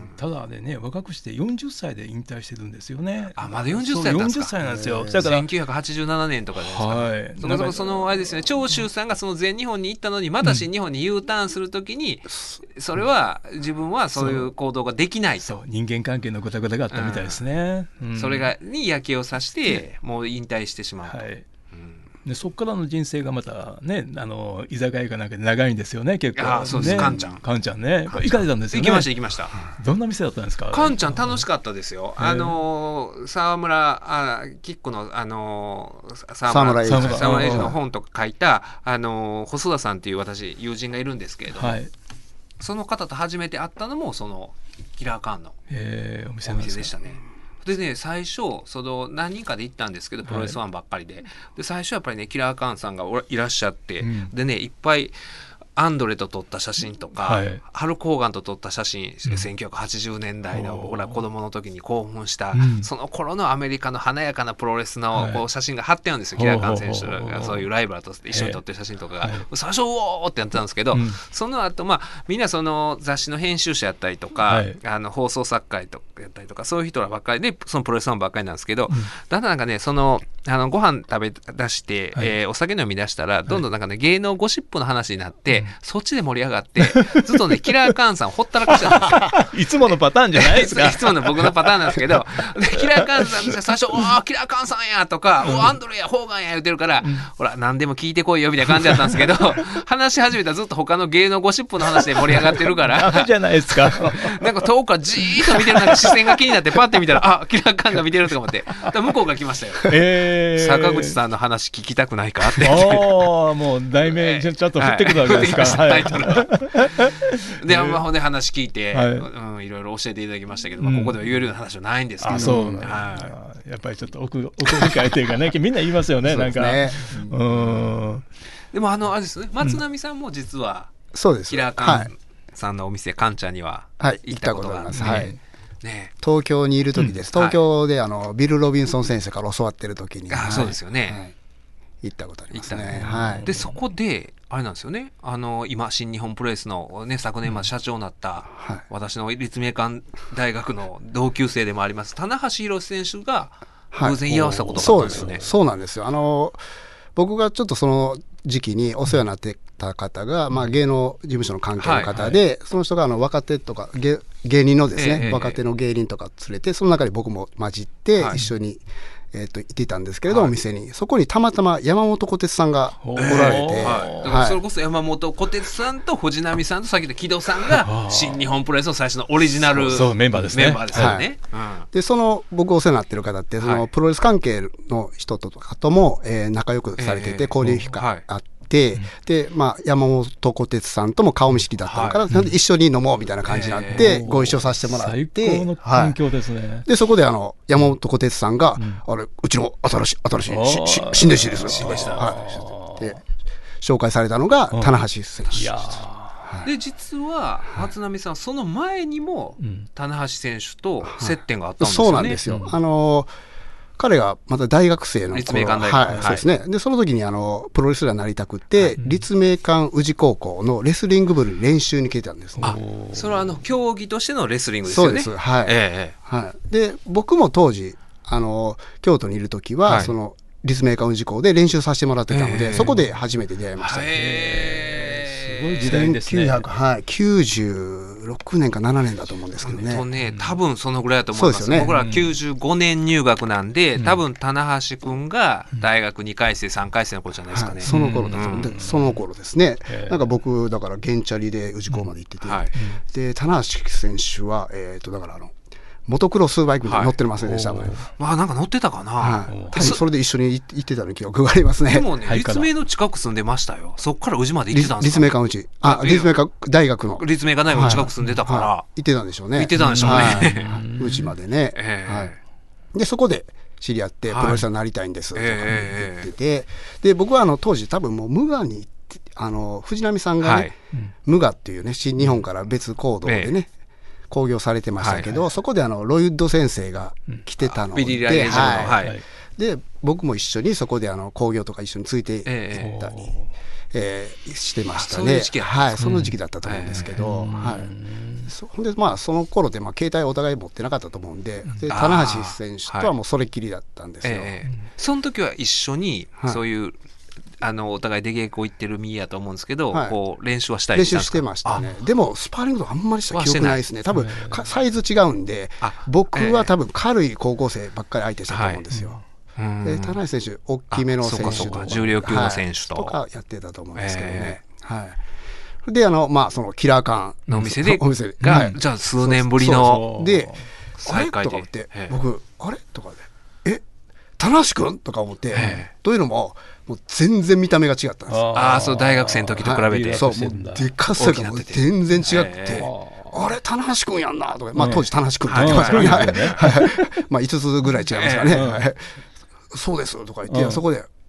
ただでね若くしてよんじゅっさいで引退してるんですよね。 あまだよんじゅっさいだったんですか。よんじゅっさいなんですよ。だからせんきゅうひゃくはちじゅうななねんとかじゃないですか、ね。はい。そこそこそのあれですね長州さんがその全日本に行ったのにまた新日本に U ターンするときに、うん、それは自分はそういう行動ができないと。 そう人間関係のごたごたがあったみたいですね。 うんうん、それがに嫌気をさしてもう引退してしまうと。はいでそこからの人生がまたねあの居酒屋かなんかで長いんですよね結構。 あそうです、 ね、 カンちゃんカンちゃんね行かれたんですよね。 行きました行きました。 どんな店だったんですか。 カンちゃん楽しかったですよ。あの沢村あキックのあの沢村沢村栄治の本とか書いたあの細田さんっていう私友人がいるんですけれども、はい、その方と初めて会ったのもそのキラーカーンのお店でしたね。でね最初その何人かで行ったんですけどプロレスファンばっかりで、はい、で最初やっぱりねキラーカーンさんがいらっしゃって、うん、でねいっぱいアンドレと撮った写真とか、はい、ハル・コーガンと撮った写真、うん、せんきゅうひゃくはちじゅうねんだいの僕ら子供の時に興奮した、うん、その頃のアメリカの華やかなプロレスのこう写真が貼ってあるんですよ、はい、キラーカン選手がそういうライバルと一緒に撮ってる写真とかが、はい、最初うおーってやってたんですけど、うん、その後、まあみんなその雑誌の編集者やったりとか、はい、あの放送作家やったりとかそういう人らばっかりでそのプロレスファンばっかりなんですけど、うん、だんだんなんかねそのあのご飯食べ出して、はい、えー、お酒飲み出したらどんどんなんかね、はい、芸能ゴシップの話になって、うん、そっちで盛り上がってずっとねキラーカーンさんほったらかしちゃったんですよいつものパターンじゃないですかいつもの僕のパターンなんですけどでキラーカーンさん最初「おーキラーカーンさんや」とか「おアンドレやホーガンや」言ってるから、うん、ほら何でも聞いてこいよみたいな感じだったんですけど話し始めたらずっと他の芸能ゴシップの話で盛り上がってるからダメじゃないですかなんか遠くからじーっと見てるなんか視線が気になってパッて見たらあキラーカーンが見てるとか思って向こうが来ましたよ、えー、坂口さんの話聞きたくないかってああもう題名ちょっと振ってくるわけですか、はいはい、タイトルで、まあ、ほんで話聞いて、はいうん、いろいろ教えていただきましたけど、まあ、ここでは言えるような話はないんですけど、うん、あそうなんだ、 はい、やっぱりちょっと奥奥深いというかねみんな言いますよねなんかうん、 でもあのあれですね松並さんも実は、うん、そうですキラーカンさんのお店、はい、カンちゃんには行ったことがあります、はい、 ね、東京にいる時です、うん、東京であのビル・ロビンソン先生から教わってる時に、 あ、そうですよね、はい、 行ったことありますね、はい、 でそこであれなんですよね、あの今新日本プロレスの、ね、昨年まで社長になった、うんはい、私の立命館大学の同級生でもあります棚橋宏選手が偶然居合わせたことがあったんですよね、はい、 そうなんですよ。あの僕がちょっとその時期にお世話になってた方が、まあ、芸能事務所の関係の方で、はいはい、その人があの若手とか 芸, 芸人のですね、えー、若手の芸人とか連れてその中に僕も混じって一緒に、はい、えー、と行っていたんですけれど、はい、お店にそこにたまたま山本小鉄さんがおられて、 はい、だからそれこそ山本小鉄さんと藤波さんとさっきの木戸さんが新日本プロレスの最初のオリジナルそうそうメンバーですね。 メンバーですよね、 はい、うん、でその僕お世話になってる方ってそのプロレス関係の人とかとも、えー、仲良くされていて、えー、交流があって、ででまあ、山本小鉄さんとも顔見知りだったから、はい、一緒に飲もうみたいな感じになって、えー、ご一緒させてもらって最高の環境ですね、 はい、でそこであの山本小鉄さんが、うん、あれうちの新しい新しいし新弟子ですよ、はい、で紹介されたのが棚橋選手、うん、いやで実は松並さんその前にも棚橋選手と接点があったんですよね、 そうなんですよ、うん、あの彼がまた大学生の頃、 立命館大学、 はいはい、そうですね。でその時にあのプロレスラーになりたくて、はい、立命館宇治高校のレスリング部に練習に来てたんですね。 あ、それはあの競技としてのレスリングですよね。 そうです、はい、 ええはい、で僕も当時あの京都にいる時は、はい、その立命館宇治高で練習させてもらってたので、えー、そこで初めて出会いました。 へーすごい時代ですね。 せんきゅうひゃくきゅうじゅうろくねんかななねんだと思うんですけどね。 とね、多分そのぐらいだと思います。そうですよね。僕らきゅうじゅうごねん入学なんで、うん、多分棚橋くんが大学にかい生さんかい生の頃じゃないですかね。はい、 その頃だと、うん、でその頃ですね。なんか僕だから原チャリで宇治高まで行ってて、うんはい、で棚橋選手はえっ、ー、とだからあのモトクロスバイクに乗ってませんでした、はい、 まあなんか乗ってたかな、はい、 多分それで一緒に行ってたの記憶がありますね。 でもね立命の近く住んでましたよ。そっから宇治まで行ってたんですか。 立命館宇治、あ立命館大学の立命館大学の近く住んでたから、はいはい、 行ってたんでしょうね。 行ってたんでしょうね、 はい、宇治までね、えーはい、でそこで知り合ってプロレスラーになりたいんですとか言ってて、はい、で僕はあの当時多分もう無我に行ってあの藤波さんがね、はい、無我っていうね新日本から別行動でね、えー興行されてましたけど、はいはい、そこであのロイウッド先生が来てたので、 ビリー・ライレンジャーの、はいはい、 で僕も一緒にそこであの興行とか一緒についていったり、えーえー、してましたね。はい、その時期だったと思うんですけど、うん、はい、そでまあその頃でまあ携帯お互い持ってなかったと思うんで、で棚橋選手とはもうそれっきりだったんですよ。えー、 その時は一緒にそういう、はい、あのお互い出稽古行ってる身やと思うんですけど、はい、こう練習はしたりしたんですか。 練習してましたね。でもスパーリングとかあんまりした記憶ないですね。多分サイズ違うんで、僕は多分軽い高校生ばっかり相手したと思うんですよ。はい、で棚橋選手大きめの選手とか重量級の選手と、 はい、とかやってたと思うんですけどね。えー、はい。であのまあそのキラーカンのお店で、 お店が、はい、じゃあ数年ぶりのであれとか思って僕あれとかでえ棚橋くんとか思って、えー、というのももう全然見た目が違ったんです。 ああ、そう大学生の時と比べて、 はい、そうもうでかさがもう全然違くて、あれ棚橋くんやんなとか、まあ当時棚橋くんって言ってましたね。はいはいはい、まあいつつぐらい違いますからね。はい、そうですとか言って、うん、そこで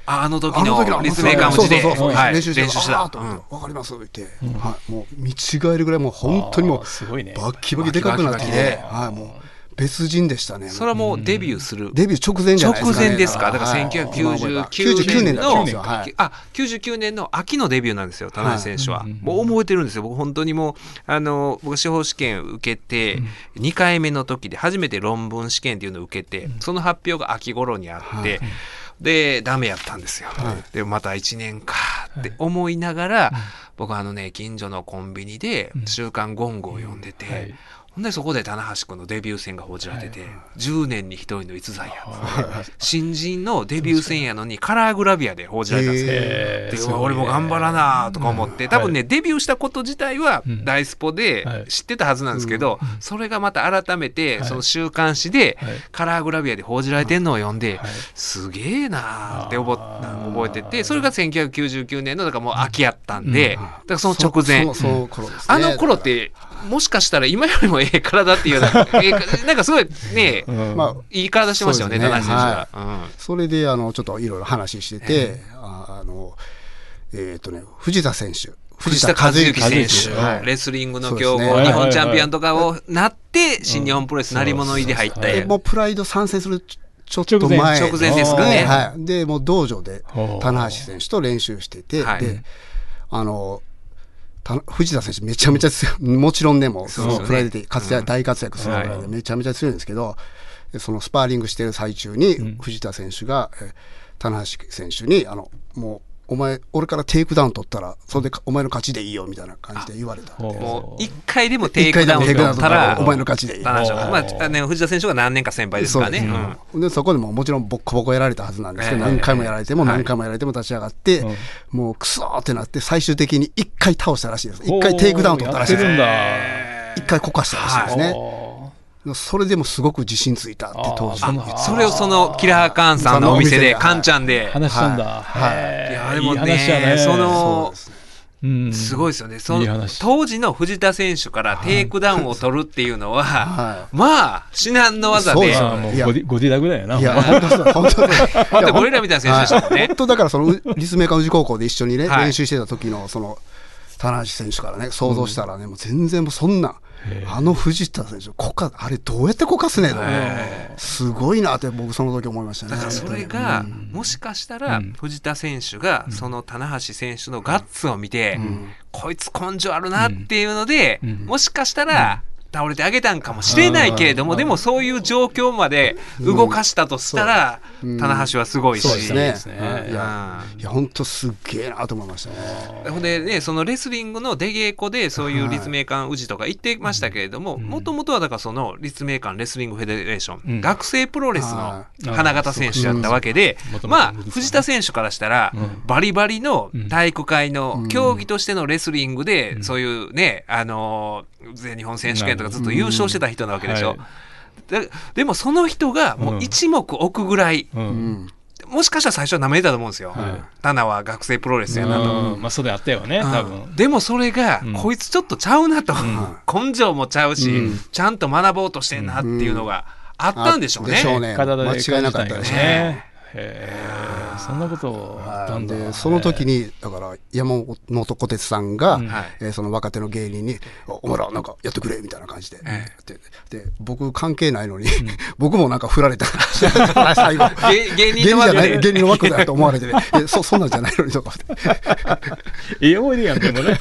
あの時の立命館うちで練習してた。わかりますって言って、もう見違えるぐらいもう本当にもうバッキバキでかくなって、もう別人でしたね。 それはもうデビューするデビュー直前じゃないですか、 直前ですか。だからせんきゅうひゃくきゅうじゅうきゅうねんのあきゅうじゅうきゅうねんの秋のデビューなんですよ、棚橋選手は。もう覚えてるんですよ。僕本当にもうあの僕司法試験受けてにかいめの時で初めて論文試験っていうのを受けて、その発表が秋頃にあって、でダメやったんですよ。でまたいちねんかって思いながら、僕はあのね近所のコンビニで週刊ゴングを読んでて、ほんでそこで棚橋君のデビュー戦が報じられてて、はい、じゅうねんにひとりの逸材やつ新人のデビュー戦やのにカラーグラビアで報じられたんですよ。で俺も頑張らなとか思って、多分ねデビューしたこと自体は大スポで知ってたはずなんですけど、それがまた改めてその週刊誌でカラーグラビアで報じられてんのを読んで、すげえなって覚えてて、それがせんきゅうひゃくきゅうじゅうきゅうねんのだからもう秋やったんで、だからその直前あの頃ってもしかしたら今よりもええ体っていうような、ええなんかすごいね、うんまあ、いい体してましたよね、棚橋選手は。 それであのちょっといろいろ話してて、あのえっとね藤田選手、 藤田和幸選手、はい、レスリングの強豪、ね、日本チャンピオンとかをなって新日本プロレス鳴り物入り入った、 うん、もうプライド参戦するちょっと前直前ですかね、 はい、でもう道場で棚橋選手と練習してて、はい、であの藤田選手めちゃめちゃ強い、もちろんねもうそのプライドで活躍、大活躍するぐらいでめちゃめちゃ強いんですけど、そのスパーリングしてる最中に藤田選手が棚橋選手にあのもうお前俺からテイクダウン取ったらそれでお前の勝ちでいいよみたいな感じで言われた。 もういっかいでもテイクダウン取ったらお前の勝ちでいい。 まあね、藤田選手が何年か先輩ですからね。 そ, で、うん、でそこでももちろんボッコボコやられたはずなんですけど、えー、何回もやられても何回もやられても立ち上がって、はい、もうクソーってなって最終的にいっかい倒したらしいです。いっかいテイクダウン取ったらしいです。いっかいこかしたらしいですね。それでもすごく自信ついたって当時。 それをそのキラーカーンさんのお店でカンちゃんで話したんだ。 はい。いやでもね、そのすごいですよね。その当時の藤田選手からテイクダウンを取るっていうのはまあ至難の技で。 もうゴディラぐらいやな。 いや本当そう本当そう。 本当ゴリラみたいな選手でしたもんね。 本当だからその立命館宇治高校で一緒にね練習してた時のその棚橋選手からね想像したらねもう全然もうそんな。あの藤田選手こかあれどうやってこかすねんのすごいなって僕その時思いましたね。 だからそれがもしかしたら藤田選手がその棚橋選手のガッツを見て、うん、こいつ根性あるなっていうので、うんうん、もしかしたら倒れてあげたんかもしれないけれども、でもそういう状況まで動かしたとしたら、うん、棚橋はすごいし、 そうですね、いや本当すっげえなと思いましたね。 ほんでね、そのレスリングの出稽古でそういう立命館宇治とか行ってましたけれども、もともとはだからその立命館レスリングフェデレーション、うん、学生プロレスの花形選手やったわけで、まあ藤田選手からしたら、うん、バリバリの体育会の競技としてのレスリングで、うん、そういうねあの全日本選手権とかずっと優勝してた人なわけでしょ、うんはい、で, でもその人がもう一目置くぐらい、うん、もしかしたら最初は舐めてたと思うんですよ、はい、タナは学生プロレスやなと、 まあそれあったよね多分。 でもそれが、うん、こいつちょっとちゃうなと、うん、根性もちゃうし、うん、ちゃんと学ぼうとしてんなっていうのがあったんでしょうね、うん、でしょうね。 間違いなかったですね。 へーそんなことあったんだ。 でその時にだから山本小鉄さんが、うんえー、その若手の芸人に「お前らなんかやってくれ」みたいな感じで、うん、で, で僕関係ないのに、うん、僕もなんか振られた最後芸人の枠で芸人の枠だと思われてねえ そ, そんなんじゃないのにとかいい思い出やんでもね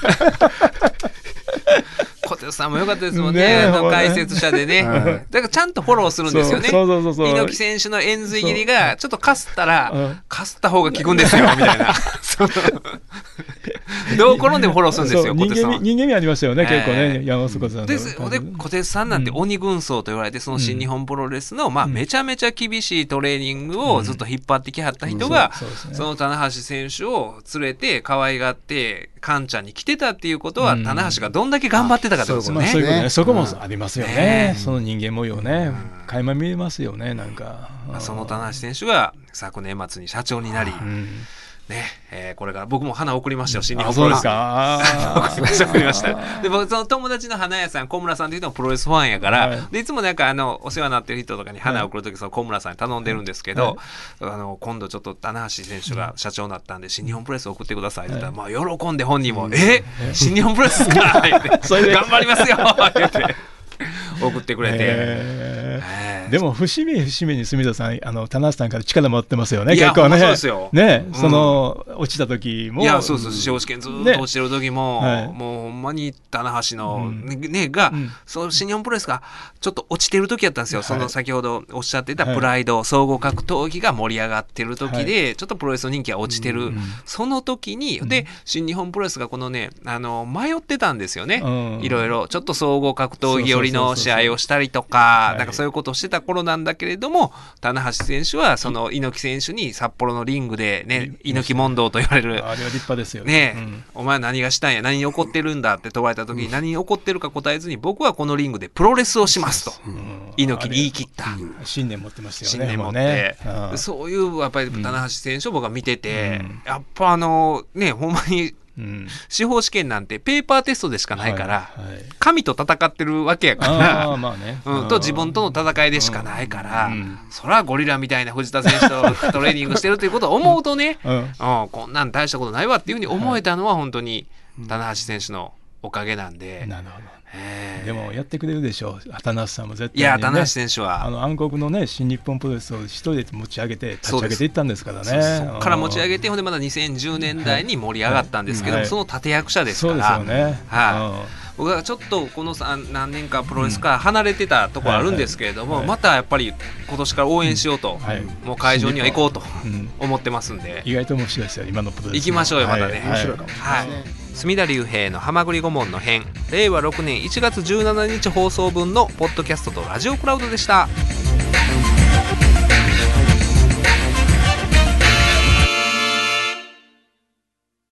小手さんも良かったですもん ね, ねあの解説者でね、はい、だからちゃんとフォローするんですよね。猪木選手の円髄切りがちょっとかすったら、うん、かすった方が効くんですよみたいなどう転んでもフォローするんですよ。 人間人間味ありましたよね、結構ね、山本さんで小手さんなんて鬼軍曹と言われて、その新日本プロレスの、まあ、めちゃめちゃ厳しいトレーニングをずっと引っ張ってきはった人が、その棚橋選手を連れて可愛がってカンちゃんに来てたっていうことは、棚橋がどんだけ頑張ってたかってことですよね。 そういうことね、そこもありますよね、その人間模様ね、垣間見えますよね。なんかその棚橋選手が昨年末に社長になり、 ねえー、これから僕も花送りましたよ、新日あそうです本プロレス。 か。 送りましたで僕その友達の花屋さん小村さんっていうのもプロレスファンやから、はい、でいつもなんかあのお世話になってる人とかに花を送るとき、その小村さんに頼んでるんですけど、はい、あの今度ちょっと棚橋選手が社長になったんで新日本プロレス送ってくださいって言ったら、はい、まあ喜んで本人も、うん、え新日本プロレスかそれで頑張りますよって送ってくれて、えー、でも節目節目に住田さんあの棚橋さんから力もらってますよね。結構ね。 そうですよ。 ね、 うん、 その落ちた時もいやそうそう司法試験ずっと落ちてる時も、ね、もうほんまに棚橋の、ねね、が、うん、その新日本プロレスがちょっと落ちてる時やったんですよ、はい、その先ほどおっしゃってたプライド、はい、総合格闘技が盛り上がってる時で、はい、ちょっとプロレスの人気が落ちてる、うん、その時に、うん、で新日本プロレスがこのねあの迷ってたんですよね、うん、いろいろちょっと総合格闘技寄りの試合をしたりとか、なんかそういうことをしてた頃なんだけれども、棚橋選手はその猪木選手に札幌のリングでね、猪木問答と言われる、 あれは立派ですよね、うん、お前何がしたんや、何に怒ってるんだって問われた時に、何に怒ってるか答えずに、僕はこのリングでプロレスをしますと、うん、猪木に言い切った、 うん、信念持ってましたよね。 信念持って、 ね、 そういうやっぱり棚橋選手を僕は見てて、うん、やっぱあのねほんまにうん、司法試験なんてペーパーテストでしかないから、はいはい、神と戦ってるわけやから、まあね、うん、と自分との戦いでしかないから、うん、そらゴリラみたいな藤田選手とトレーニングしてるということを思うとね、うんうん、こんなん大したことないわっていうふうに思えたのは本当に棚橋選手のおかげなんで、 なるほど。でもやってくれるでしょう、棚橋さんも絶対に、ね、 いや棚橋選手はあの暗黒のね新日本プロレスを一人で持ち上げて立ち上げていったんですからね。 そこから持ち上げてほんでまだにせんじゅうねんだいに盛り上がったんですけど、はいはい、その立役者ですから。 そうですよね、 はい、僕はちょっとこの何年かプロレスから離れてたところあるんですけれども、はいはい、またやっぱり今年から応援しようと、うんはい、もう会場には行こうと思ってますんで、 うん、意外と面白いですよ今のプロレス。 行きましょうよまたね、 面白いかもしれないですね。 隅田隆平のはまぐり顧問の編、れいわろくねんいちがつじゅうしちにち放送分のポッドキャストとラジオクラウドでした。